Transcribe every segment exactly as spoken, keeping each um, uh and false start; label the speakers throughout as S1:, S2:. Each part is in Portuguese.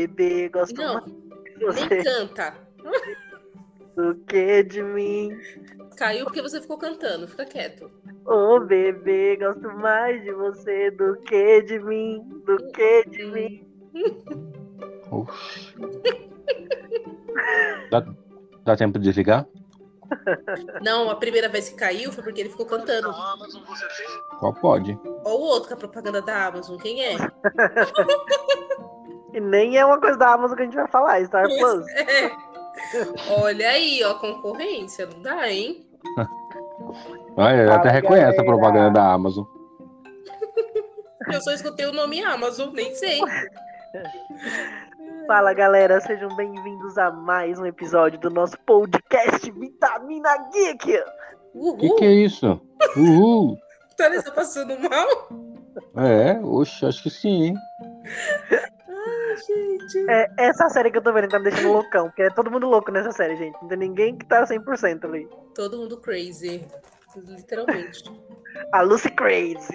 S1: bebê, gosto
S2: Não,
S1: mais de
S2: nem
S1: você
S2: canta.
S1: do que de mim.
S2: Caiu porque você ficou cantando, fica quieto.
S1: Ô bebê, gosto mais de você do que de mim, do que de
S2: Hum.
S1: mim.
S3: Oxi. Dá, dá tempo de desligar?
S2: Não, a primeira vez que caiu foi porque ele ficou cantando.
S3: Qual pode?
S2: Ou o outro com a propaganda da Amazon, quem é?
S1: E nem é uma coisa da Amazon que a gente vai falar, Star Plus.
S2: É. Olha aí, ó, concorrência, não dá, hein?
S3: Ah, eu
S1: Fala,
S3: até reconheço
S1: galera.
S3: a propaganda da Amazon.
S2: Eu só escutei o nome Amazon, nem sei.
S1: Fala galera, sejam bem-vindos a mais um episódio do nosso podcast Vitamina Geek.
S2: Uhul!
S3: Que que é isso? Uhul!
S2: Tá passando mal?
S3: É, oxe, acho que sim, hein?
S2: Ai, gente.
S1: É essa série que eu tô vendo que tá me deixando loucão, porque é todo mundo louco nessa série, gente. Não tem ninguém que tá cem por cento ali.
S2: Todo mundo crazy. Literalmente.
S1: A Lucy Crazy.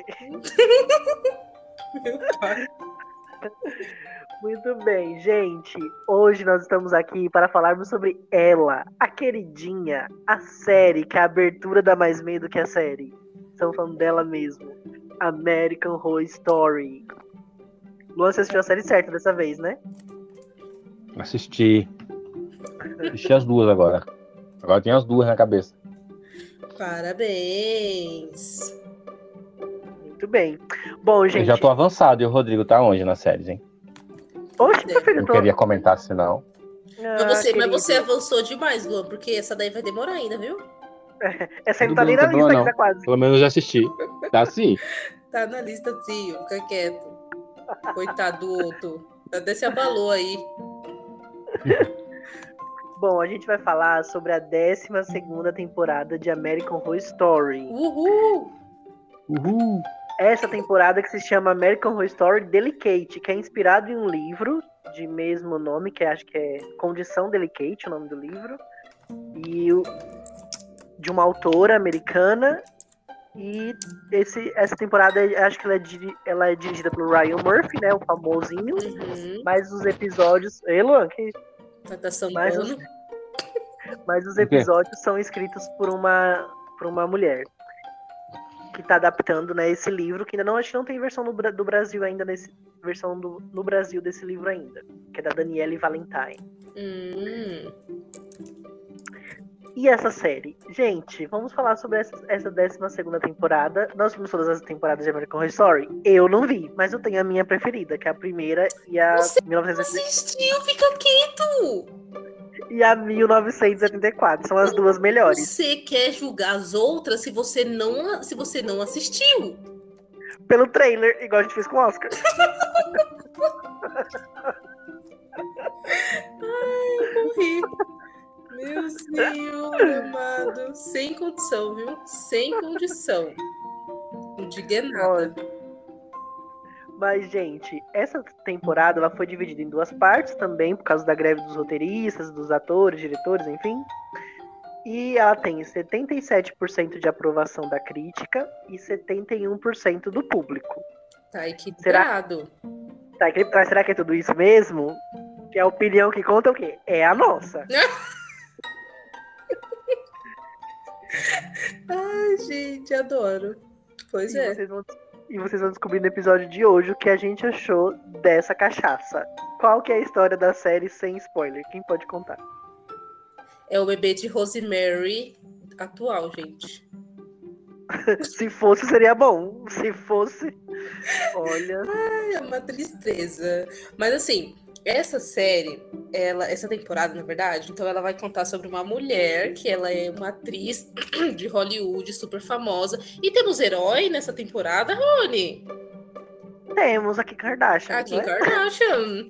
S2: Meu pai.
S1: Muito bem, gente. Hoje nós estamos aqui para falarmos sobre ela, a queridinha, a série que é a abertura dá mais medo que a série. Estamos falando dela mesmo. American Horror Story. Luan, você assistiu a série certa dessa vez, né?
S3: Assisti. Assisti as duas agora. Agora tem as duas na cabeça.
S2: Parabéns.
S1: Muito bem. Bom, gente.
S3: Eu já tô avançado e o Rodrigo tá onde nas séries, hein?
S1: Oxe, meu filho,
S3: Não
S1: tô...
S3: queria comentar se não.
S1: Ah,
S2: Mas, você, mas
S1: querido.
S2: você avançou demais, Luan, porque essa daí vai demorar ainda, viu?
S1: Essa aí não
S3: Tudo
S1: tá
S3: bem,
S1: nem
S3: não
S1: na
S3: tem
S1: lista
S3: problema,
S1: aqui, tá
S3: não.
S1: quase.
S3: Pelo menos eu já assisti. Tá sim.
S2: Tá na lista sim, fica quieto. Coitado do outro. Até se abalou aí.
S1: Bom, a gente vai falar sobre a décima segunda temporada de American Horror Story.
S2: Uhul!
S3: Uhul.
S1: Essa temporada que se chama American Horror Story Delicate, que é inspirado em um livro de mesmo nome, que acho que é Condição Delicate, o nome do livro, e o, de uma autora americana. E esse, essa temporada, acho que ela é, ela é dirigida pelo Ryan Murphy, né, o famosinho.
S2: Uhum.
S1: Mas os episódios... Ei, Luan, que...
S2: Tá sambando.
S1: Mas os, mas os
S3: O quê?
S1: episódios são escritos por uma, por uma mulher que tá adaptando, né, esse livro, que ainda não, acho que não tem versão no, do Brasil ainda, nesse, versão do, no Brasil desse livro ainda, que é da Danielle Valentine.
S2: Hum.
S1: E essa série? Gente, vamos falar sobre essa, essa décima segunda temporada. Nós vimos todas as temporadas de American Horror Story? Eu não vi, mas eu tenho a minha preferida, que é a primeira e a
S2: Você
S1: mil novecentos e setenta
S2: assistiu, fica quieto!
S1: e a mil novecentos e setenta e quatro. São as duas melhores.
S2: Você quer julgar as outras se você não, se você não assistiu?
S1: Pelo trailer, igual a gente fez com o Oscar.
S2: Ai, morri. Meu Senhor amado. Sem condição, viu? Sem condição. Não diga nada.
S1: Mas, gente, essa temporada ela foi dividida em duas partes também, por causa da greve dos roteiristas, dos atores, diretores, enfim. E ela tem setenta e sete por cento de aprovação da crítica e setenta e um por cento do público.
S2: Tá equilibrado.
S1: Tá, mas será que é tudo isso mesmo? Que a opinião que conta é o quê? É a nossa.
S2: Ai, gente, adoro. Pois
S1: e
S2: é.
S1: Vocês vão, e vocês vão descobrir no episódio de hoje o que a gente achou dessa cachaça. Qual que é a história da série sem spoiler? Quem pode contar?
S2: É o bebê de Rosemary atual, gente.
S1: Se fosse, seria bom. Se fosse, olha...
S2: Ai, é uma tristeza. Mas assim, essa série, ela, essa temporada, na verdade, então ela vai contar sobre uma mulher que ela é uma atriz de Hollywood super famosa. E temos herói nessa temporada, Rony?
S1: Temos aqui Kardashian,
S2: A Kim
S1: não é?
S2: Kardashian.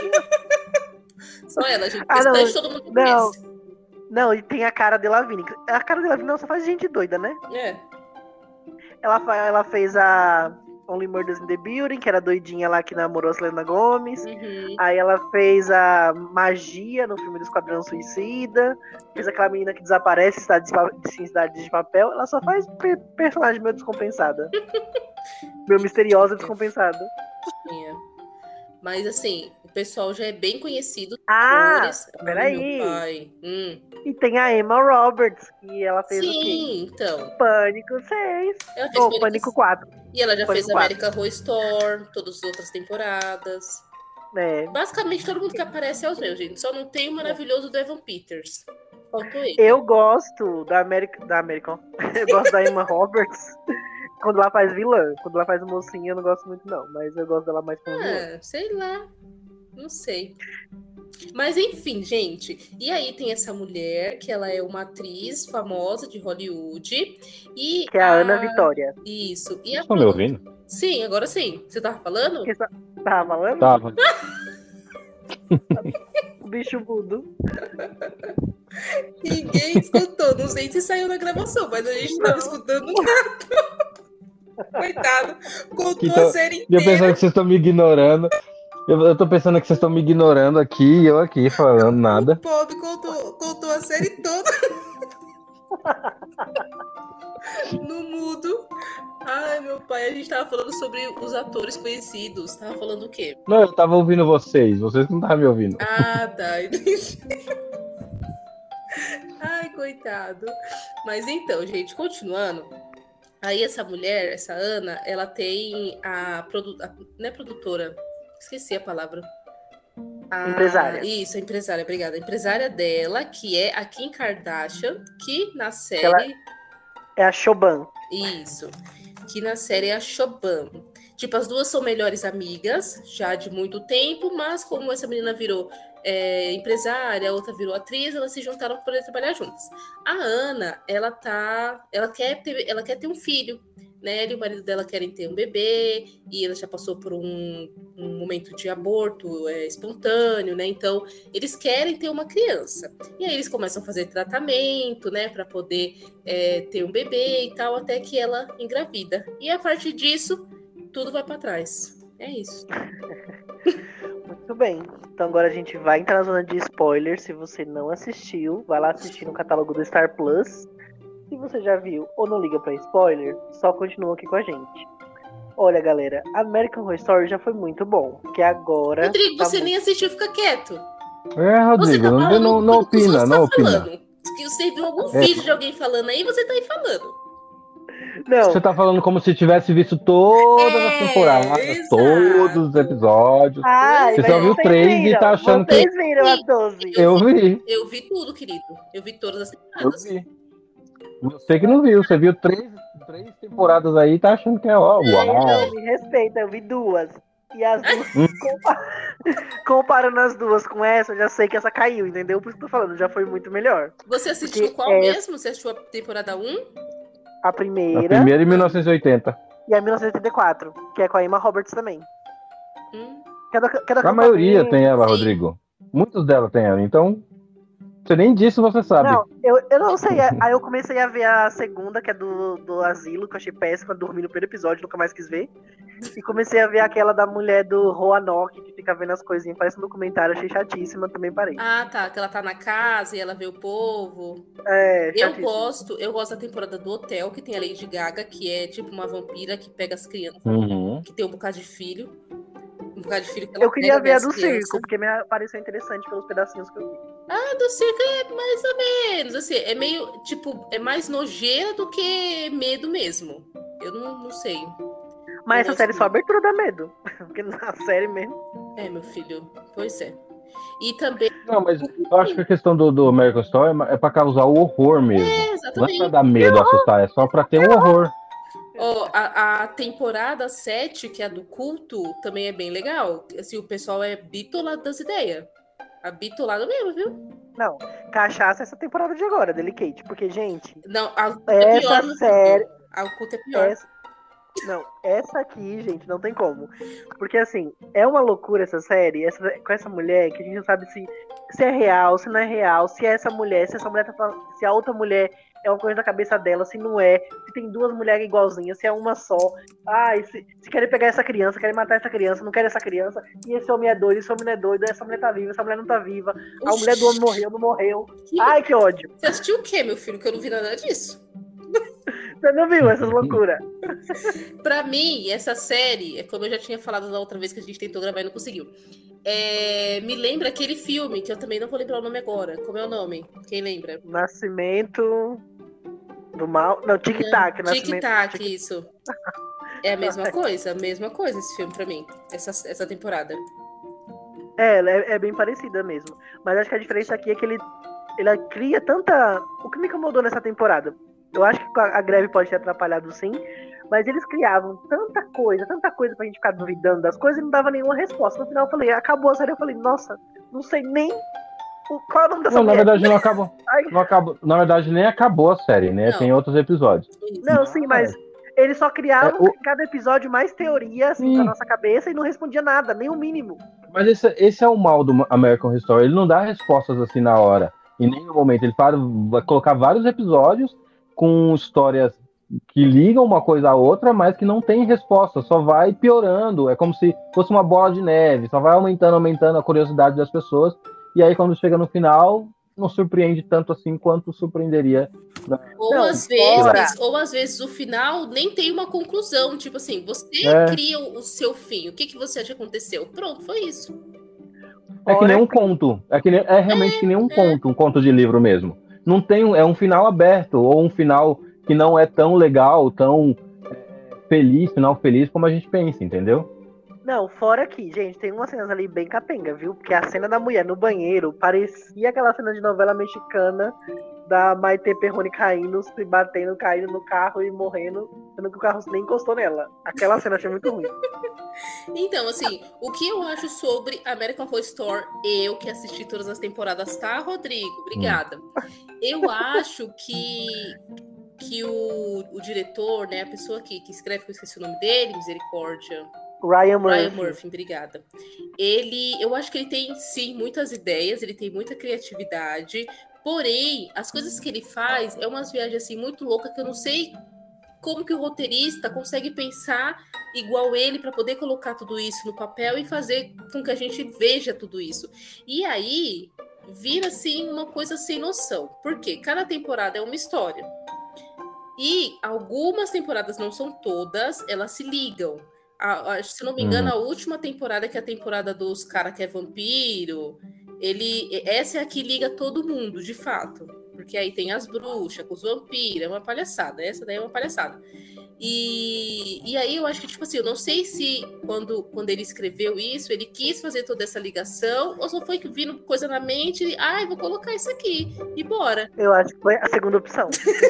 S2: Só ela, gente. O
S1: Ah, não,
S2: restante todo mundo
S1: não.
S2: conhece.
S1: Não, e tem a cara de Lavigne. A cara de Lavigne não só faz gente doida, né?
S2: É.
S1: Ela, fa- ela fez a Only Murders in the Building, que era doidinha lá que namorou a Selena Gomez.
S2: Uhum.
S1: Aí ela fez a Magia no filme do Esquadrão Suicida. Fez aquela menina que desaparece em Cidade de, Pa- em Cidade de Papel. Ela só faz pe- personagem meio descompensada. Meio misteriosa e descompensada.
S2: Tinha. Mas assim, pessoal já é bem conhecido.
S1: Ah,
S2: atores. Ai,
S1: peraí.
S2: meu pai. Hum.
S1: E tem a Emma Roberts, que ela fez o quê?
S2: Sim, então.
S1: Pânico seis.
S2: Ela fez
S1: Ou
S2: Pânico-
S1: Pânico quatro.
S2: E ela já
S1: Pânico
S2: fez American Horror Story, todas as outras temporadas.
S1: É.
S2: Basicamente, todo mundo que aparece é os meus, gente. Só não tem o maravilhoso do Evan Peters. Faltou ele.
S1: Eu gosto da American. Da American. Eu gosto da Emma Roberts quando ela faz vilã. Quando ela faz mocinha, eu não gosto muito, não. Mas eu gosto dela mais como vilã.
S2: Ah, sei lá. Não sei. Mas enfim, gente. E aí tem essa mulher, que ela é uma atriz famosa de Hollywood. E
S1: Que é a Ana Vitória.
S2: Isso. E a
S3: Estão me ouvindo?
S2: Sim, agora sim. Você tava falando?
S1: Que sa- Tava falando?
S3: Tava.
S1: O bicho mudo.
S2: Ninguém escutou. Não sei se saiu na gravação, mas a gente tava
S1: Não.
S2: escutando nada. Coitado. Contou
S3: Então,
S2: a série
S3: E eu
S2: inteira.
S3: pensando que vocês estão me ignorando. Eu, eu tô pensando que vocês estão me ignorando aqui e eu aqui falando nada.
S2: O pobre contou, contou a série toda. No mudo. Ai, meu pai, a gente tava falando sobre os atores conhecidos. Tava falando o quê?
S3: Não, eu tava ouvindo vocês, vocês não estavam me ouvindo.
S2: Ah, tá. Entendi. Ai, coitado. Mas então, gente, continuando. Aí essa mulher, essa Ana, ela tem a, produ... a não é produtora, esqueci a palavra. A...
S1: Empresária.
S2: Isso, a empresária, obrigada. A empresária dela, que é a Kim Kardashian, que na série...
S1: Ela- É a Shoban.
S2: Isso. Que na série é a Shoban. Tipo, as duas são melhores amigas, já de muito tempo, mas como essa menina virou é, empresária, a outra virou atriz, elas se juntaram para poder trabalhar juntas. A Ana, ela tá. Ela quer ter, ela quer ter um filho, né? Ela e o marido dela querem ter um bebê, e ela já passou por um, um momento de aborto é, espontâneo, né? Então, eles querem ter uma criança. E aí eles começam a fazer tratamento, né? Para poder é, ter um bebê e tal, até que ela engravida. E a partir disso, tudo vai para trás. É isso.
S1: Muito bem. Então agora a gente vai entrar na zona de spoiler. Se você não assistiu, vai lá assistir no catálogo do Star Plus. Se você já viu ou não liga pra spoiler, só continua aqui com a gente. Olha, galera, American Horror Story já foi muito bom. Que agora.
S2: Rodrigo,
S1: tá
S2: você
S1: muito-
S2: nem assistiu, fica quieto.
S3: É, Rodrigo,
S2: Você tá
S3: não,
S2: falando
S3: não, não
S2: tudo que os
S3: opina,
S2: outros
S3: não
S2: tá
S3: opina.
S2: falando. Que você viu algum
S3: É.
S2: vídeo de alguém falando aí, você tá aí falando.
S1: Não,
S3: Você tá falando como se tivesse visto todas
S2: É,
S3: as temporadas,
S2: exato.
S3: todos os episódios.
S1: ai,
S3: Você
S1: mas
S3: só viu
S1: vocês
S3: três e
S1: viram,
S3: tá achando que-
S1: vocês viram as doze.
S3: Eu vi,
S2: Eu vi tudo, querido. Eu vi todas as
S3: eu
S2: temporadas.
S3: vi. Você que não viu, você viu três, três temporadas aí e tá achando que é ó, uau.
S1: Não, me respeita, eu vi duas. E as duas.
S3: Hum.
S1: compa- Comparando as duas com essa, eu já sei que essa caiu, entendeu? Por isso que eu tô falando, já foi muito melhor.
S2: Você assistiu
S1: Porque
S2: qual
S1: é-
S2: mesmo? Você assistiu a temporada um?
S1: A
S3: A
S1: primeira,
S3: primeira em mil novecentos e oitenta.
S1: e a mil novecentos e oitenta e quatro, que é com a Emma Roberts também.
S2: Hum.
S1: Que é da, que é da
S3: A maioria
S1: acampamento.
S3: tem ela,
S2: Sim.
S3: Rodrigo. Muitos dela tem ela, então. Você nem disse, você sabe.
S1: Não, eu, eu não sei. Aí eu comecei a ver a segunda, que é do, do asilo, que eu achei péssima, dormi no primeiro episódio, nunca mais quis ver. E comecei a ver aquela da mulher do Roanoke, que fica vendo as coisinhas, parece um documentário, achei chatíssima, também parei.
S2: Ah, tá. Que ela tá na casa e ela vê o povo.
S1: É,
S2: Eu
S1: chatíssima.
S2: gosto, eu gosto da temporada do Hotel, que tem a Lady Gaga, que é tipo uma vampira que pega as crianças,
S3: Uhum.
S2: que tem um bocado de filho. Um bocado de filho que ela
S1: Eu queria
S2: pega,
S1: ver a
S2: as
S1: do
S2: crianças.
S1: circo, porque me pareceu interessante pelos pedacinhos que eu vi.
S2: A do circo é mais ou menos, assim, é meio, tipo, é mais nojeira do que medo mesmo. Eu não, não sei.
S1: Mas
S2: Eu
S1: essa
S2: gosto
S1: série só
S2: muito.
S1: abertura dá medo. Porque na série mesmo.
S2: É, meu filho, pois é. E também,
S3: Não, mas eu acho que a questão do, do American Story é ma- é pra causar o horror mesmo.
S2: é,
S3: Não é pra
S2: exatamente.
S3: dar medo, assustar, é só pra ter um horror.
S2: Ó, a, a temporada sete, que é a do culto, também é bem legal. Assim, o pessoal é bitolado das ideias. A bitolada mesmo, viu?
S1: Não, cachaça é essa temporada de agora, Delicate. Porque, gente,
S2: Não, a culto é
S1: Essa
S2: pior, meu
S1: série-
S2: filho. A culto é pior.
S1: essa. Não, essa aqui, gente, não tem como. Porque, assim, é uma loucura essa série, essa, com essa mulher, que a gente não sabe se, se é real, se não é real, se é essa mulher, se essa mulher tá falando, se a outra mulher é uma coisa da cabeça dela, se não é, se tem duas mulheres igualzinhas, se é uma só. Ai, se, se querem pegar essa criança, querem matar essa criança, não querem essa criança, e esse homem é doido, esse homem não é doido, essa mulher tá viva, essa mulher não tá viva, a mulher do homem morreu, não morreu.
S2: Que-
S1: Ai, que ódio.
S2: Você assistiu o quê, meu filho? Que eu não vi nada disso.
S1: Você não viu essas loucuras?
S2: Pra mim, essa série, é como eu já tinha falado da outra vez que a gente tentou gravar e não conseguiu. É, me lembra aquele filme, que eu também não vou lembrar o nome agora. Como é o nome? Quem lembra?
S1: Nascimento do Mal. Não, Tic Tac.
S2: Tic Tac, isso. É a mesma coisa, a mesma coisa esse filme pra mim, essa, essa temporada.
S1: É, ela é, é bem parecida mesmo. Mas acho que a diferença aqui é que ele, ele cria tanta... O que me incomodou nessa temporada? Eu acho que a greve pode ter atrapalhado sim, mas eles criavam tanta coisa, tanta coisa pra gente ficar duvidando das coisas e não dava nenhuma resposta. No final eu falei, acabou a série, eu falei, nossa, não sei nem o, qual é o nome dessa
S3: Não, na
S1: mulher.
S3: verdade não acabou. Não acabou. Na verdade nem acabou a série, né?
S2: Não.
S3: Tem outros episódios.
S1: Não, sim, mas eles só criavam
S3: É, o-
S1: em cada episódio mais teoria assim,
S3: Sim.
S1: pra nossa cabeça e não respondia nada, nem o mínimo.
S3: Mas esse, esse é o mal do American Horror Story. Ele não dá respostas assim na hora. Em nenhum momento. Ele faz, vai colocar vários episódios com histórias que ligam uma coisa à outra, mas que não tem resposta. Só vai piorando. É como se fosse uma bola de neve. Só vai aumentando, aumentando a curiosidade das pessoas. E aí quando chega no final, não surpreende tanto assim quanto surpreenderia.
S2: Ou
S1: Não,
S2: às
S1: fora.
S2: vezes, ou às vezes o final nem tem uma conclusão. Tipo assim, você
S3: É.
S2: cria o o seu fim. O que, que você acha que aconteceu? Pronto, foi isso.
S3: É que nem
S1: Fora
S3: um
S1: que-
S3: conto. É, que nem- é realmente que nem um
S2: é.
S3: conto, um conto de livro mesmo. Não tem, um- é um final aberto, ou um final que não é tão legal, tão é, feliz, final feliz como a gente pensa, entendeu?
S1: Não, fora que, gente, tem umas cenas ali bem capenga, viu? Porque a cena da mulher no banheiro parecia aquela cena de novela mexicana da Maite Perrone caindo, se batendo, caindo no carro e morrendo, sendo que o carro nem encostou nela. Aquela cena eu achei muito ruim.
S2: Então, assim, o que eu acho sobre American Horror Story, eu que assisti todas as temporadas, tá, Rodrigo? Obrigada. Eu acho que, que o, o diretor, né, a pessoa que, que escreve, que eu esqueci o nome dele, Misericórdia,
S1: Ryan Murphy.
S2: Ryan Murphy, obrigada. Ele, eu acho que ele tem, sim, muitas ideias, ele tem muita criatividade, porém, as coisas que ele faz é umas viagens, assim, muito loucas que eu não sei como que o roteirista consegue pensar igual ele para poder colocar tudo isso no papel e fazer com que a gente veja tudo isso. E aí vira assim uma coisa sem noção. Por quê? Cada temporada é uma história. E algumas temporadas, não são todas, elas se ligam. A, a, se não me engano,
S3: Uhum.
S2: a última temporada, que é a temporada dos caras que é vampiro, ele, essa é a que liga todo mundo, de fato. Porque aí tem as bruxas, com os vampiros, é uma palhaçada. Essa daí é uma palhaçada. E, e aí eu acho que, tipo assim, eu não sei se quando, quando ele escreveu isso, ele quis fazer toda essa ligação, ou só foi vindo coisa na mente e, ai, vou colocar isso aqui, e bora.
S1: Eu acho que foi a segunda opção.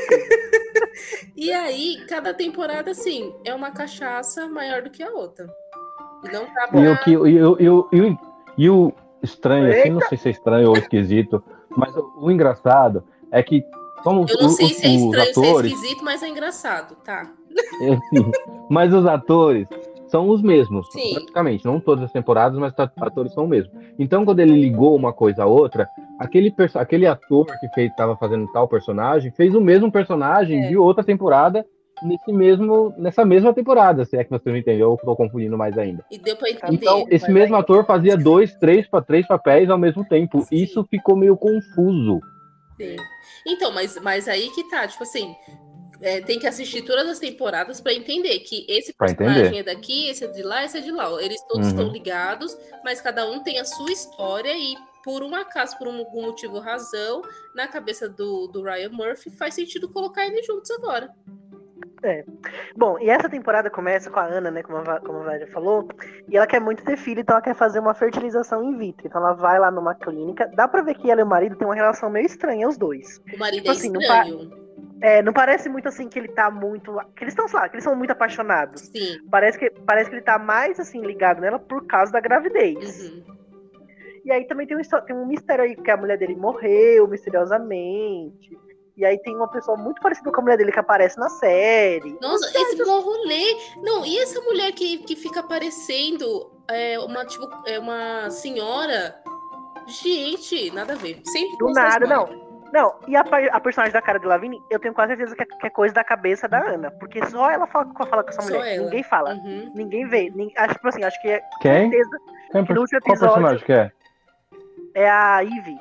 S2: E aí, cada temporada, assim, é uma cachaça maior do que a outra. E não tá
S3: E o,
S2: pra...
S3: que, e, o, e, o, e, o, e o estranho, assim, não
S1: Eita!
S3: sei se é estranho ou esquisito, mas o, o engraçado é que como
S2: Eu não
S3: os,
S2: sei
S3: os,
S2: se é
S3: os
S2: estranho, se é
S3: atores,
S2: esquisito, mas é engraçado, tá?
S3: assim, mas os atores são os mesmos,
S2: Sim.
S3: praticamente, não todas as temporadas, mas os atores são os mesmos. Então, quando ele ligou uma coisa a outra, aquele, perso- aquele ator que fez, estava fazendo tal personagem, fez o mesmo personagem
S2: É.
S3: de outra temporada nesse mesmo, nessa mesma temporada, se é que você não entendeu, eu estou confundindo mais ainda.
S2: E deu pra entender.
S3: Então, esse
S1: mas
S3: mesmo
S1: aí-
S3: ator fazia dois, três, pa- três papéis ao mesmo tempo.
S2: Sim.
S3: Isso ficou meio confuso.
S2: Sim. Então, mas, mas aí que tá, tipo assim, é, tem que assistir todas as temporadas pra entender que esse
S3: Pra
S2: personagem
S3: entender.
S2: é daqui, esse é de lá, esse é de lá. Eles todos
S3: Uhum.
S2: estão ligados, mas cada um tem a sua história e, por um acaso, por um- algum motivo ou razão, na cabeça do, do Ryan Murphy, faz sentido colocar eles juntos agora.
S1: Bom, e essa temporada começa com a Ana, né, como a, Va- como a Vária falou, e ela quer muito ter filho, então ela quer fazer uma fertilização in vitro. Então ela vai lá numa clínica, dá pra ver que ela e o marido têm uma relação meio estranha, os dois.
S2: O marido
S1: Tipo
S2: é
S1: assim, não pa-
S2: estranho.
S1: É, não parece muito assim que ele tá muito... Que eles estão, sei lá, que eles são muito apaixonados.
S2: Sim.
S1: Parece que, parece que ele tá mais, assim, ligado nela por causa da gravidez.
S2: Uhum.
S1: E aí também tem um, histó- tem um mistério aí, que a mulher dele morreu misteriosamente. E aí tem uma pessoa muito parecida com a mulher dele que aparece na série.
S2: Nossa, esse bom rolê. Não, e essa mulher que, que fica aparecendo, é, uma, tipo, é uma senhora. Gente, nada a ver. Sempre
S1: Do
S2: tem essa
S1: nada,
S2: história.
S1: não. Não, e a, pa- a personagem da cara de Lavigne, eu tenho quase certeza que é, que é coisa da cabeça da Ana. Porque só ela fala, fala com essa
S2: Só
S1: mulher.
S2: ela.
S1: Ninguém fala.
S2: Uhum.
S1: Ninguém vê. Ninguém, acho, tipo assim, acho que é
S3: Quem?
S1: certeza
S3: Quem,
S1: que no último
S3: qual
S1: episódio
S3: personagem que é?
S1: é a Ivy.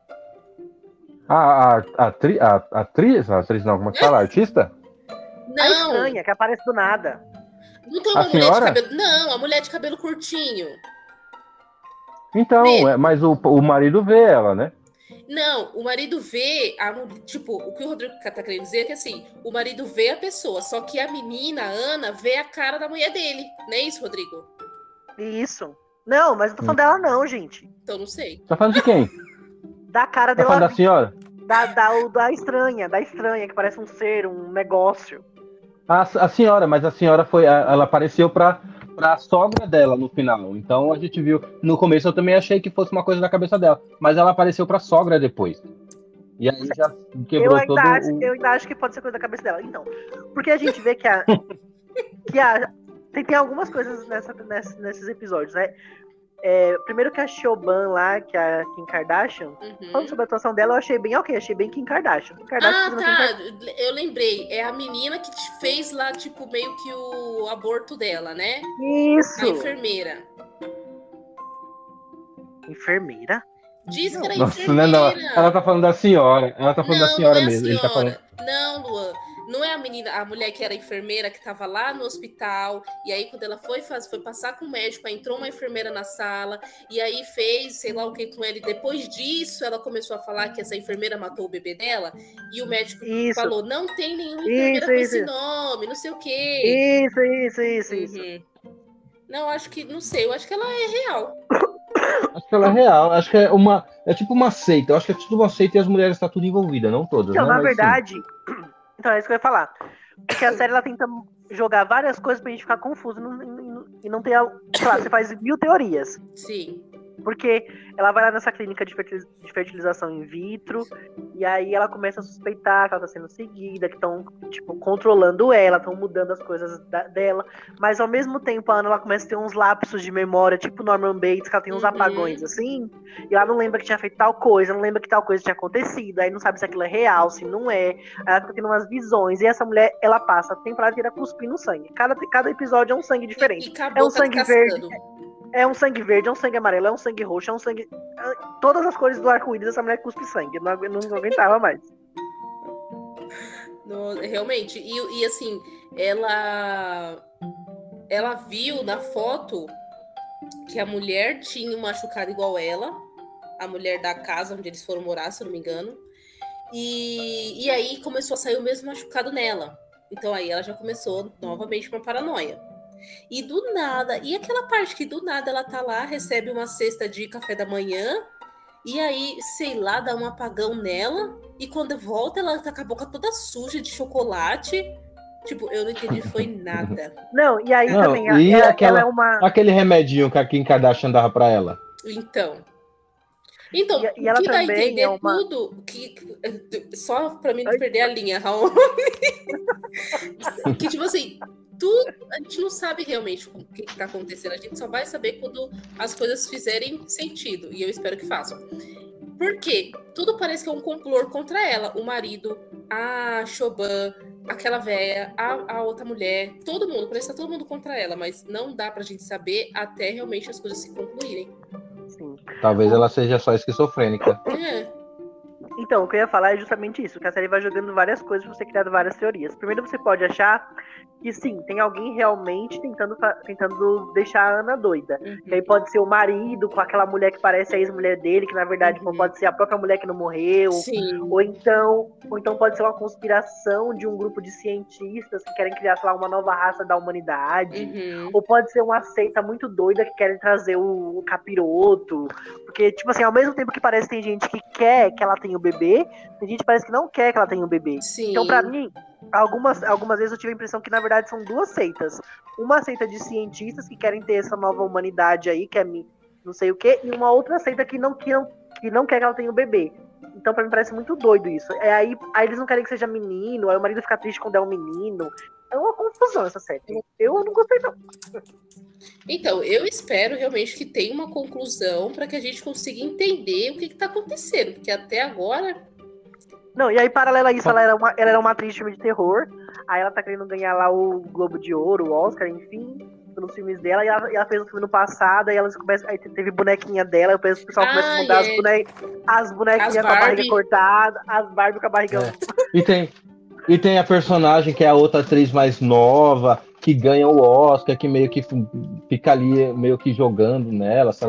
S3: Ah, a, a, atri, a, a atriz? A atriz não, como é que fala? A artista?
S1: A
S2: Não,
S1: estranha, que aparece do nada.
S2: não tem uma
S3: A
S2: mulher
S3: senhora?
S2: de cabelo. Não, a mulher de cabelo curtinho.
S3: Então,
S2: Vê.
S3: é, mas o, o marido vê ela, né?
S2: Não, o marido vê, a, mu- tipo, o que o Rodrigo tá querendo dizer é que assim, o marido vê a pessoa, só que a menina, a Ana, vê a cara da mulher dele. Não é isso, Rodrigo?
S1: Isso. Não, mas eu tô falando dela não, gente.
S2: Então não sei.
S3: Tá falando de quem?
S1: Da cara
S3: Tá
S1: dela.
S3: falando da senhora?
S1: Da, da, o- da estranha, da estranha, que parece um ser, um negócio.
S3: A, a senhora, mas a senhora foi. a- Ela apareceu pra, pra sogra dela no final. Então a gente viu. No começo eu também achei que fosse uma coisa da cabeça dela. Mas ela apareceu pra sogra depois. E aí já
S1: Eu
S3: quebrou
S1: ainda,
S3: todo
S1: acho,
S3: o.
S1: eu ainda acho que pode ser coisa da cabeça dela. Então, porque a gente vê que a. que a tem, tem algumas coisas nessa, nessa- nesses episódios, né? É, primeiro que a Shoban lá, que é a Kim Kardashian, falando
S2: Uhum.
S1: sobre a atuação dela, eu achei bem ok, achei bem Kim Kardashian. Kim Kardashian
S2: Ah,
S1: fazendo Kim Kardashian.
S2: tá. Eu lembrei. É a menina que te fez lá, tipo, meio que o aborto dela, né? A
S1: Isso!
S2: enfermeira.
S1: Enfermeira?
S2: Diz que era
S3: Nossa, né, não.
S2: enfermeira.
S3: Ela tá falando da senhora. Ela tá falando da
S2: Não, não
S3: senhora
S2: é a
S3: mesmo. Ele tá falando.
S2: senhora. Não, Luan. Não é a menina, a mulher que era enfermeira, que tava lá no hospital. E aí, quando ela foi, faz, foi passar com o médico, aí entrou uma enfermeira na sala. E aí fez, sei lá o que com ele. Depois disso, ela começou a falar que essa enfermeira matou o bebê dela. E o médico
S1: Isso.
S2: falou: não tem nenhuma enfermeira
S1: Isso,
S2: com
S1: isso.
S2: esse nome, não sei o quê.
S1: Isso, isso, isso, isso.
S2: Uhum. Não, acho que, não sei, eu acho que ela é real.
S3: Acho que ela é real. Acho que é uma. É tipo uma seita. Eu acho que é tudo uma seita e as mulheres estão tudo envolvidas, não todas,
S1: Então,
S3: né?
S1: na
S3: Mas, sim.
S1: verdade, então é isso que eu ia falar. Porque a série ela tenta jogar várias coisas pra gente ficar confuso e não, e não- e não ter. a- Sei lá, você faz mil teorias.
S2: Sim.
S1: Porque ela vai lá nessa clínica de fertiliz- de fertilização in vitro, e aí ela começa a suspeitar que ela tá sendo seguida, que estão, tipo, controlando ela, estão mudando as coisas da- dela. Mas ao mesmo tempo a Ana ela começa a ter uns lapsos de memória, tipo Norman Bates, que ela tem uns
S2: Uhum.
S1: apagões assim, e ela não lembra que tinha feito tal coisa, não lembra que tal coisa tinha acontecido, aí não sabe se aquilo é real, se não é. Aí ela fica tendo umas visões, e essa mulher, ela passa a temporada inteira cuspindo sangue. Cada, cada episódio é um sangue diferente.
S2: E acabou
S1: É um sangue verde.
S2: cascando.
S1: É um sangue verde, é um sangue amarelo, é um sangue roxo, é um sangue. Todas as cores do arco-íris, essa mulher cuspe sangue. Não, agu- não aguentava mais.
S2: No- realmente. E, e assim, ela ela viu na foto que a mulher tinha um machucado igual ela, a mulher da casa onde eles foram morar, se eu não me engano. E, e aí começou a sair o mesmo machucado nela. Então aí ela já começou novamente uma paranoia. E do nada, e aquela parte que do nada ela tá lá, recebe uma cesta de café da manhã, e aí, sei lá, dá um apagão nela, e quando volta ela tá com a boca toda suja de chocolate. Tipo, eu não entendi, foi nada.
S1: Não, e aí
S3: Não,
S1: também,
S3: e
S1: ela,
S3: aquela-
S1: ela é uma.
S3: Aquele remedinho que a Kim Kardashian dava pra ela.
S2: Então. Então,
S1: E- e ela
S2: o que dá a
S1: também
S2: entender
S1: é uma-
S2: tudo, que, só pra mim não perder a linha, Raul. Que, tipo assim, tudo, a gente não sabe realmente o que está acontecendo, a gente só vai saber quando as coisas fizerem sentido, e eu espero que façam. Por quê? Tudo parece que é um complô contra ela. O marido, a Shoban, aquela véia, a, a outra mulher, todo mundo, parece que tá todo mundo contra ela, mas não dá pra gente saber até realmente as coisas se concluírem.
S1: Sim.
S3: Talvez ela seja só esquizofrênica.
S2: É,
S1: Então, o que eu ia falar é justamente isso, que a série vai jogando várias coisas pra você criar várias teorias. Primeiro você pode achar que sim, tem alguém realmente tentando, fa- tentando deixar a Ana doida.
S2: uhum.
S1: Que aí pode ser o marido com aquela mulher que parece a ex-mulher dele, que na verdade
S2: Uhum.
S1: pode ser a própria mulher que não morreu.
S2: Sim.
S1: Ou então, ou então pode ser uma conspiração de um grupo de cientistas que querem criar, sei lá, uma nova raça da humanidade.
S2: Uhum.
S1: Ou pode ser uma seita muito doida que querem trazer o, o capiroto. Porque, tipo assim, ao mesmo tempo que parece que tem gente que quer que ela tenha o bebê, tem gente que parece que não quer que ela tenha o bebê.
S2: Sim.
S1: Então, pra mim, algumas, algumas vezes eu tive a impressão que, na verdade, são duas seitas. Uma seita de cientistas que querem ter essa nova humanidade aí, que é mi- não sei o quê, e uma outra seita que não, que não, que não quer que ela tenha o bebê. Então, pra mim, parece muito doido isso. É aí, aí eles não querem que seja menino, aí o marido fica triste quando é um menino. É uma confusão essa série. Eu não gostei, não.
S2: Então, eu espero realmente que tenha uma conclusão para que a gente consiga entender o que está acontecendo, porque até agora.
S1: Não, e aí, paralela a isso, ela era, uma, ela era uma atriz de filme de terror. Aí ela tá querendo ganhar lá o Globo de Ouro, o Oscar, enfim, pelos filmes dela. E ela, e ela fez um filme no passado, aí elas começam. Aí teve bonequinha dela, aí o pessoal
S2: Ah,
S1: começa a mudar
S2: é.
S1: as, bone, as bonequinhas
S2: As
S1: com a barriga
S2: Barbie.
S1: cortada, as Barbie com a barriga.
S3: É. E tem, e tem a personagem que é a outra atriz mais nova, que ganha o Oscar, que meio que f- fica ali meio que jogando nela, sei lá,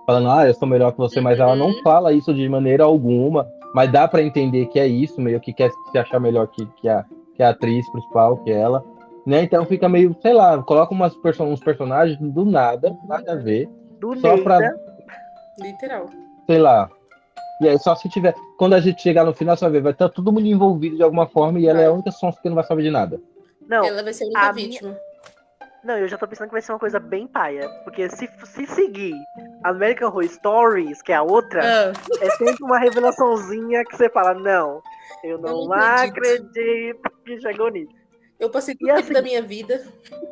S3: falando, ah, eu sou melhor que você, mas ela não
S2: Uhum.
S3: fala isso de maneira alguma, mas dá pra entender que é isso, meio que quer se achar melhor que, que, a, que a atriz principal, que ela, né? Então fica meio, sei lá, coloca umas perso uns personagens do nada, nada a ver,
S1: Do
S3: só pra,
S1: Neida.
S2: Literal.
S3: sei lá. E aí só se tiver, quando a gente chegar no final, você vai ver, vai estar todo mundo envolvido de alguma forma e ela é a
S2: Vai.
S3: única sonsa que não vai saber de nada.
S1: Não,
S2: Ela vai ser a única
S1: a minha-
S2: vítima.
S1: não, eu já tô pensando que vai ser uma coisa bem paia. Porque se, se seguir American Horror Stories, que é a outra,
S2: Ah,
S1: é sempre uma revelaçãozinha que você fala, não, eu
S2: eu
S1: não,
S2: não
S1: acredito.
S2: acredito.
S1: que chegou nisso.
S2: Eu passei todo
S1: E
S2: o tempo
S1: assim-
S2: da minha vida.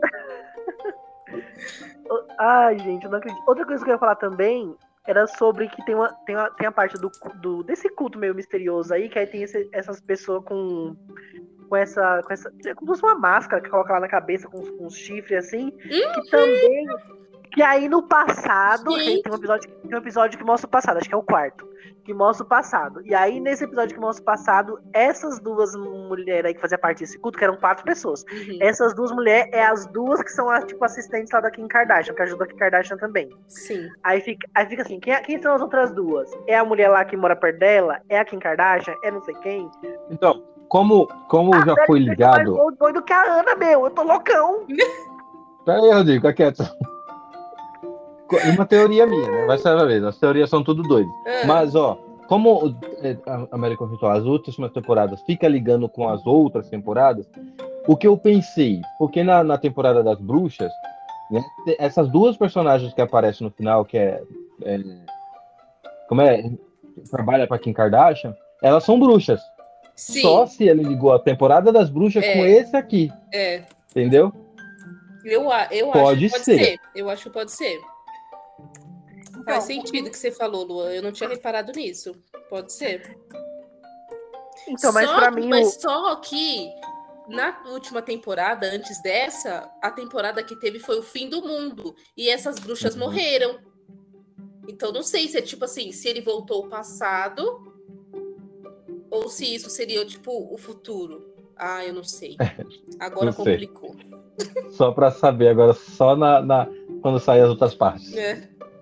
S1: Ai, gente, eu não acredito. Outra coisa que eu ia falar também era sobre que tem, uma, tem, uma, tem a parte do, do, desse culto meio misterioso aí, que aí tem esse- essas pessoas com, com essa. Com essa como se fosse uma máscara que coloca lá na cabeça com, com uns chifres assim. Que também. Que aí no passado.
S2: Sim.
S1: Tem um, episódio, tem um episódio que mostra o passado, acho que é o quarto. Que mostra o passado. E aí, nesse episódio que mostra o passado, essas duas mulheres aí que faziam parte desse culto, que eram quatro pessoas.
S2: Uhum.
S1: Essas duas mulheres é as duas que são as, tipo, assistentes lá da Kim Kardashian, que ajudam a Kim Kardashian também.
S2: Sim.
S1: Aí fica, aí fica assim, quem, quem são as outras duas? É a mulher lá que mora perto dela? É a Kim Kardashian? É não sei quem?
S3: Então, como, como
S1: Ah,
S3: já
S1: deve
S3: foi
S1: ser mais
S3: ligado...
S1: doido, doido que a Ana, meu. Eu tô loucão.
S3: Pera aí, Rodrigo, fica quieto. Uma teoria minha, né? Vai ser uma vez. As teorias são tudo doidas.
S2: Ah,
S3: Mas, ó, como é, a American Horror Story, as últimas temporadas fica ligando com as outras temporadas, o que eu pensei, porque na, na temporada das bruxas, né, essas duas personagens que aparecem no final, que é, é como é, trabalha para Kim Kardashian, elas são bruxas.
S2: sim.
S3: Só se ele ligou a temporada das bruxas
S2: É.
S3: com esse aqui,
S2: É.
S3: entendeu?
S2: Eu, a- eu
S3: Pode
S2: acho que pode
S3: ser.
S2: ser. Eu acho que pode ser. Faz
S1: Então,
S2: sentido o que você falou, Lua. Eu não tinha reparado nisso. Pode ser.
S1: Então, mas
S2: só,
S1: pra mim,
S2: mas
S1: o...
S2: só que na última temporada, antes dessa, a temporada que teve foi o fim do mundo. E essas bruxas
S3: Uhum.
S2: morreram. Então não sei se é tipo assim, se ele voltou ao passado ou se isso seria tipo o futuro. Ah, eu não sei. Agora
S3: Não sei.
S2: complicou.
S3: Só pra saber agora, só na, na- quando sair as outras partes.
S2: É.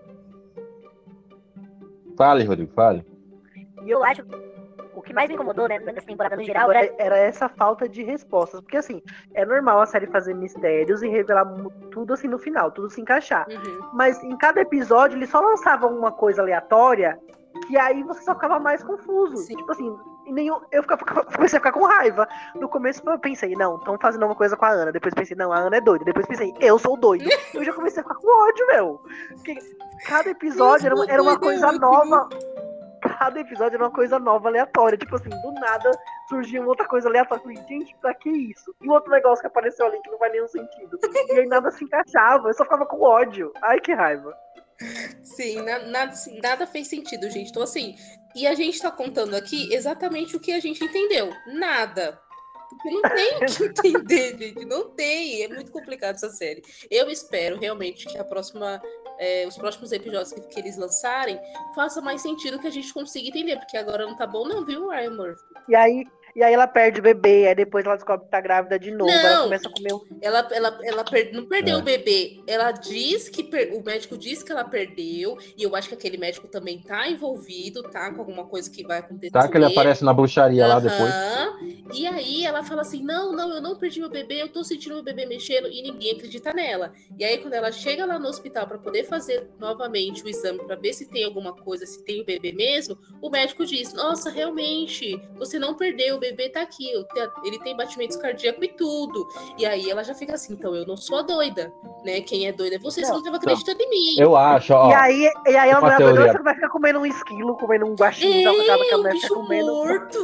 S3: Fale, Rodrigo, fale.
S1: E eu acho que o que mais me incomodou, né, nessa temporada no geral, era, era essa falta de respostas. Porque, assim, é normal a série fazer mistérios e revelar mu- tudo, assim, no final, tudo se encaixar.
S2: Uhum.
S1: Mas em cada episódio, eles só lançavam uma coisa aleatória que aí você só ficava mais confuso.
S2: Sim.
S1: Tipo assim, e nenhum, eu ficava, comecei a ficar com raiva. No começo eu pensei, não, estão fazendo uma coisa com a Ana. Depois pensei, não, a Ana é doida. Depois pensei, eu sou doido. Eu já comecei a ficar com ódio, meu. Porque cada episódio era uma, era uma coisa nova. Cada episódio era uma coisa nova, aleatória. Tipo assim, do nada surgia uma outra coisa aleatória. Eu falei, gente, pra que isso? E um outro negócio que apareceu ali que não faz nenhum sentido. E aí nada se encaixava. Eu só ficava com ódio. Ai, que raiva.
S2: Sim, na- nada, assim, nada fez sentido, gente. Então, assim, e a gente tá contando aqui exatamente o que a gente entendeu. Nada. Porque não tem o que entender, gente. Não tem. É muito complicado essa série. Eu espero realmente que a próxima, é, os próximos episódios que, que eles lançarem façam mais sentido que a gente consiga entender. Porque agora não tá bom, não, viu, Ryan Murphy?
S1: E aí, e aí ela perde o bebê, aí depois ela descobre que tá grávida de novo.
S2: Não.
S1: Ela começa a comer um.
S2: Ela, ela, ela per- não perdeu
S3: É.
S2: o bebê. Ela diz que per- o médico diz que ela perdeu. E eu acho que aquele médico também tá envolvido, tá? Com alguma coisa que vai acontecer.
S3: Tá que ele aparece na bruxaria lá depois.
S2: Aham. E aí ela fala assim: não, não, eu não perdi meu bebê, eu tô sentindo meu bebê mexendo e ninguém acredita nela. E aí, quando ela chega lá no hospital para poder fazer novamente o exame para ver se tem alguma coisa, se tem o bebê mesmo, o médico diz: nossa, realmente, você não perdeu, o bebê tá aqui, ele tem batimentos cardíacos e tudo. E aí ela já fica assim: então eu não sou a doida, né? Quem é doida é você, você não tava acreditando em mim.
S3: Eu acho, ó.
S1: E aí, e aí ela
S3: uma
S1: não é doida,
S3: teoria.
S1: você vai ficar comendo um esquilo, comendo um guaxinim,
S2: É,
S1: ela acaba que a
S2: um
S1: mulher
S2: bicho
S1: fica comendo.
S2: morto.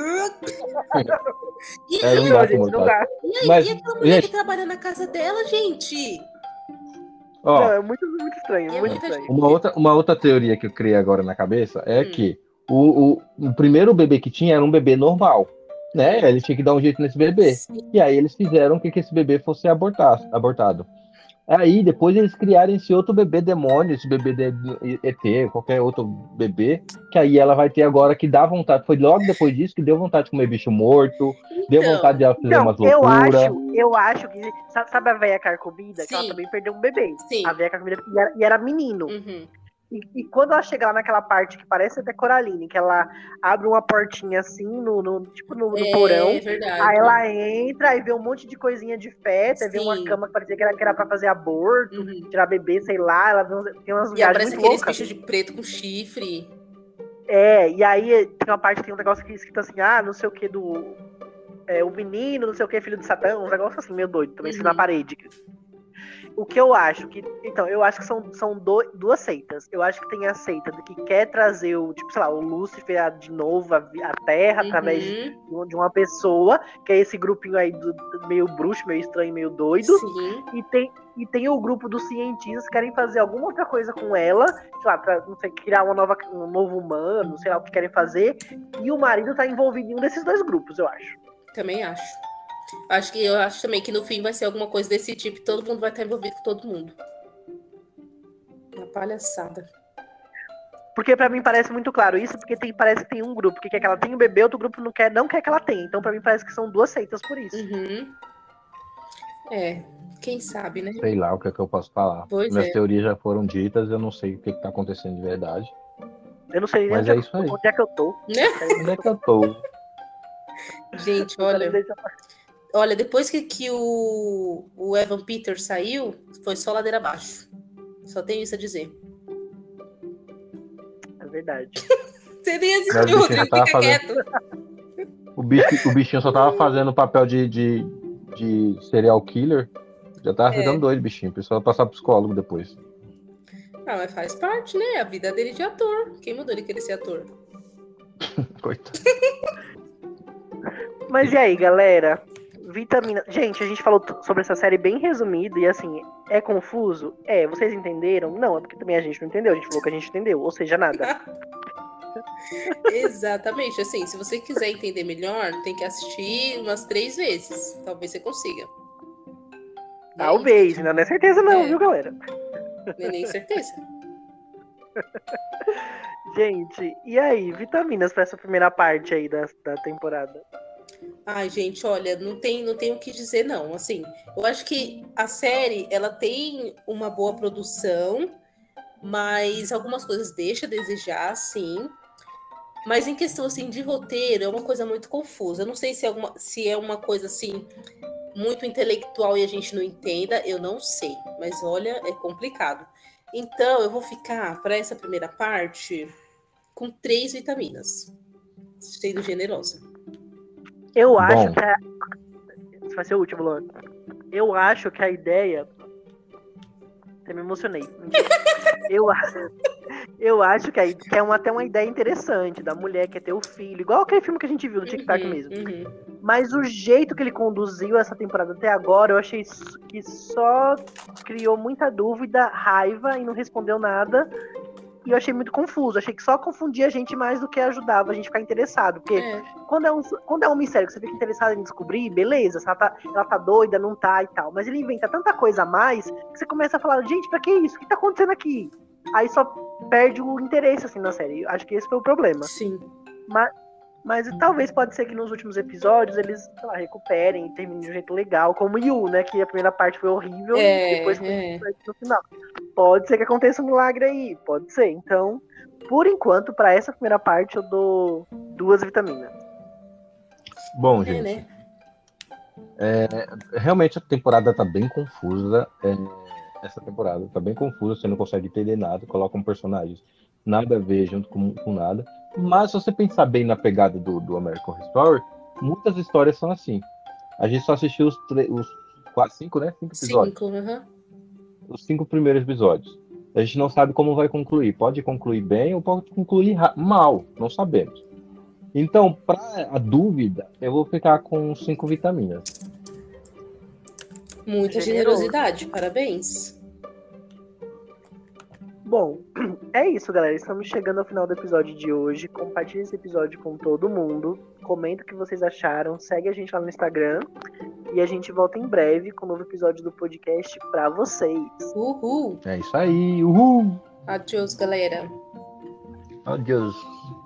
S2: E
S3: Era um
S1: Não,
S3: gato
S1: gente,
S3: morto.
S1: não dá.
S2: E, aí,
S3: Mas,
S2: e aquela mulher
S3: gente-
S2: que trabalha na casa dela, gente?
S3: Ó,
S1: Não, é muito, muito estranho,
S2: É
S1: muito
S2: muita
S1: estranho.
S3: uma outra, uma outra teoria que eu criei agora na cabeça é
S2: Hum.
S3: que o, o, o primeiro bebê que tinha era um bebê normal, né? Ele tinha que dar um jeito nesse bebê.
S2: Sim.
S3: E aí eles fizeram que, que esse bebê fosse abortar, abortado. Aí depois eles criaram esse outro bebê demônio, esse bebê de E T, qualquer outro bebê, que aí ela vai ter agora que dá vontade. Foi logo depois disso que deu vontade de comer bicho morto, deu
S2: Então,
S3: vontade de ela fazer
S1: Então,
S3: umas
S1: eu
S3: loucuras.
S1: acho, eu acho que. Sabe sabe a véia carcomida? Que ela
S2: Sim.
S1: também perdeu um bebê.
S2: Sim.
S1: A véia carcomida e era, e era menino.
S2: Uhum.
S1: E, e quando ela chega lá naquela parte que parece até Coraline, que ela abre uma portinha assim, no, no- tipo no, no
S2: É
S1: porão,
S2: verdade.
S1: aí ela entra, aí vê um monte de coisinha de feta, aí vê uma
S2: Sim.
S1: cama que parecia que era, que era pra fazer aborto,
S2: Uhum.
S1: tirar bebê, sei lá, ela vê uns- tem umas
S2: E
S1: viagens
S2: aparece
S1: muito
S2: aqueles
S1: loucas.
S2: bichos de preto com chifre.
S1: É, e aí tem uma parte que tem um negócio que escrito assim, ah, não sei o que do. É, o menino, não sei o que, filho de Satã, uns negócios assim, meio doido, também assim
S2: Uhum.
S1: na parede. O que eu acho que. Então, eu acho que são, são do, duas seitas. Eu acho que tem a seita do que quer trazer o, tipo, sei lá, o Lúcifer de novo à Terra,
S2: Uhum.
S1: através de, de uma pessoa, que é esse grupinho aí do, do meio bruxo, meio estranho, meio doido.
S2: Sim.
S1: E tem, e tem o grupo dos cientistas que querem fazer alguma outra coisa com ela, sei lá, pra, não sei, criar uma nova, um novo humano, sei lá o que querem fazer. E o marido tá envolvido em um desses dois grupos, eu acho.
S2: Também acho. Acho que eu acho também que no fim vai ser alguma coisa desse tipo, todo mundo vai estar envolvido com todo mundo. Uma palhaçada.
S1: Porque pra mim parece muito claro isso, porque tem, parece que tem um grupo que quer que ela tenha o bebê, outro grupo não quer, não quer que ela tenha. Então pra mim parece que são duas seitas por isso.
S2: Uhum. É, quem sabe, né?
S3: Sei lá o que é que eu posso falar.
S2: Pois
S3: Minhas
S2: é.
S3: teorias já foram ditas, eu não sei o que está acontecendo de verdade.
S1: Eu não sei nem
S3: Mas
S1: onde
S3: é
S1: é,
S3: isso aí.
S1: onde é que eu tô.
S2: Né?
S3: Onde é que eu tô?
S2: Gente,
S1: Eu quero
S2: olha,
S1: deixar-
S2: olha, depois que, que o, o Evan Peters saiu, foi só ladeira abaixo. Só tenho isso a dizer.
S1: É verdade.
S2: Você nem
S3: Mas o
S2: assistiu,
S3: bichinho
S2: Rodrigo,
S3: já tava
S2: fica
S3: fazendo-
S2: quieto.
S3: O, bicho, o bichinho só tava fazendo o papel de, de, de serial killer. Já tava
S2: É.
S3: ficando doido, bichinho. Precisa passar psicólogo depois.
S2: Ah, mas faz parte, né? A vida dele de ator. Quem mandou ele querer ser ator?
S3: Coitado.
S1: Mas e aí, galera? Vitamina. Gente, a gente falou t- sobre essa série bem resumida e assim, é confuso? É, vocês entenderam? Não, é porque também a gente não entendeu. A gente falou que a gente entendeu, ou seja, nada.
S2: Exatamente. Assim, se você quiser entender melhor, tem que assistir umas três vezes. Talvez você consiga. E é
S1: Talvez, ainda não é certeza, não,
S2: É.
S1: viu, galera?
S2: isso. Nem, nem certeza.
S1: Gente, e aí, vitaminas pra essa primeira parte aí da, da temporada?
S2: Ai, gente, olha, não tem, não tem o que dizer, não. Assim, eu acho que a série, ela tem uma boa produção, mas algumas coisas deixa a desejar, sim. Mas em questão, assim, de roteiro, é uma coisa muito confusa. Eu não sei se é, alguma, se é uma coisa, assim, muito intelectual e a gente não entenda, eu não sei. Mas, olha, é complicado. Então, eu vou ficar, para essa primeira parte, com três vitaminas. Sendo generosa.
S1: Eu acho
S3: Bom.
S1: que a... Isso vai ser o último, Luan. Eu acho que a ideia. Até me emocionei. Mentira. Eu, a- eu acho que, a... que é uma, até uma ideia interessante da mulher que quer ter o filho, igual aquele filme que a gente viu no TikTok
S2: Uhum,
S1: mesmo.
S2: uhum.
S1: Mas o jeito que ele conduziu essa temporada até agora, eu achei que só criou muita dúvida, raiva e não respondeu nada. E eu achei muito confuso. Achei que só confundia a gente mais do que ajudava a gente a ficar interessado. Porque
S2: É.
S1: quando, é um, quando é um mistério que você fica interessado em descobrir, beleza, ela tá, ela tá doida, não tá e tal. Mas ele inventa tanta coisa a mais que você começa a falar, gente, pra que isso? O que tá acontecendo aqui? Aí só perde o interesse assim na série. Acho que esse foi o problema.
S2: Sim.
S1: Mas, mas talvez pode ser que nos últimos episódios eles, sei lá, recuperem e terminem de um jeito legal, como Yu, né? Que a primeira parte foi horrível
S2: É,
S1: e depois foi
S2: é.
S1: no final. Pode ser que aconteça um milagre aí, pode ser. Então, por enquanto, pra essa primeira parte, eu dou duas vitaminas.
S3: Bom,
S2: É,
S3: gente.
S2: né?
S3: Realmente a temporada tá bem confusa. é, essa temporada tá bem confusa, você não consegue entender nada, colocam personagens nada a ver junto com, com nada. Mas se você pensar bem na pegada do, do American Horror Story, muitas histórias são assim. A gente só assistiu os, tre- os quatro, cinco, né? Cinco episódios.
S2: Cinco, aham.
S3: Os cinco primeiros episódios. A gente não sabe como vai concluir. Pode concluir bem ou pode concluir ra- mal, não sabemos. Então, para a dúvida, eu vou ficar com cinco vitaminas.
S2: Muita
S1: Generoso.
S2: generosidade, parabéns.
S1: Bom, é isso, galera. Estamos chegando ao final do episódio de hoje. Compartilhe esse episódio com todo mundo. Comenta o que vocês acharam. Segue a gente lá no Instagram. E a gente volta em breve com um novo episódio do podcast pra vocês.
S2: Uhul.
S3: É isso aí. Uhul!
S2: Adeus, galera.
S3: Adeus.